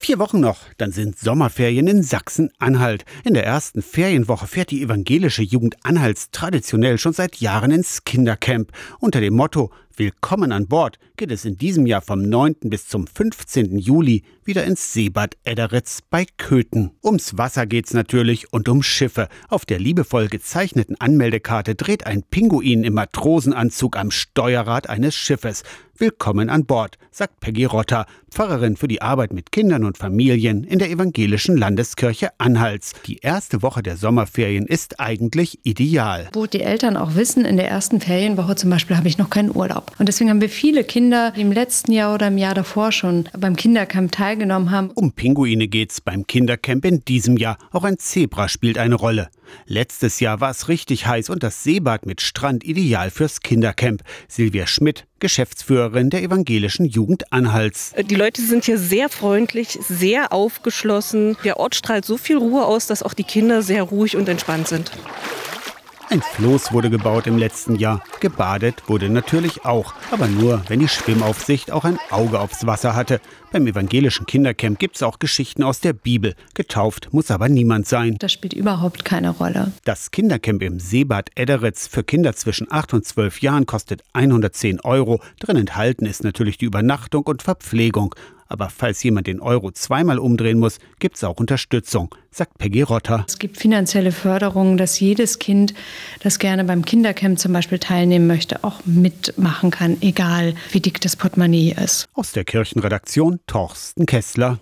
4 Wochen noch, dann sind Sommerferien in Sachsen-Anhalt. In der ersten Ferienwoche fährt die evangelische Jugend Anhalts traditionell schon seit Jahren ins Kindercamp. Unter dem Motto Willkommen an Bord geht es in diesem Jahr vom 9. bis zum 15. Juli wieder ins Seebad Edderitz bei Köthen. Ums Wasser geht's natürlich und um Schiffe. Auf der liebevoll gezeichneten Anmeldekarte dreht ein Pinguin im Matrosenanzug am Steuerrad eines Schiffes. Willkommen an Bord, sagt Peggy Rotter, Pfarrerin für die Arbeit mit Kindern und Familien in der evangelischen Landeskirche Anhalts. Die erste Woche der Sommerferien ist eigentlich ideal. Wo die Eltern auch wissen, in der ersten Ferienwoche zum Beispiel habe ich noch keinen Urlaub. Und deswegen haben wir viele Kinder, die im letzten Jahr oder im Jahr davor schon beim Kindercamp teilgenommen haben. Um Pinguine geht's beim Kindercamp in diesem Jahr. Auch ein Zebra spielt eine Rolle. Letztes Jahr war es richtig heiß und das Seebad mit Strand ideal fürs Kindercamp. Silvia Schmidt, Geschäftsführerin der evangelischen Jugend Anhalts. Die Leute sind hier sehr freundlich, sehr aufgeschlossen. Der Ort strahlt so viel Ruhe aus, dass auch die Kinder sehr ruhig und entspannt sind. Ein Floß wurde gebaut im letzten Jahr. Gebadet wurde natürlich auch, aber nur, wenn die Schwimmaufsicht auch ein Auge aufs Wasser hatte. Beim evangelischen Kindercamp gibt es auch Geschichten aus der Bibel. Getauft muss aber niemand sein. Das spielt überhaupt keine Rolle. Das Kindercamp im Seebad Edderitz für Kinder zwischen 8 und 12 Jahren kostet 110 €. Drin enthalten ist natürlich die Übernachtung und Verpflegung. Aber falls jemand den Euro zweimal umdrehen muss, gibt es auch Unterstützung, sagt Peggy Rotter. Es gibt finanzielle Förderungen, dass jedes Kind, das gerne beim Kindercamp zum Beispiel teilnehmen möchte, auch mitmachen kann, egal wie dick das Portemonnaie ist. Aus der Kirchenredaktion Torsten Kessler.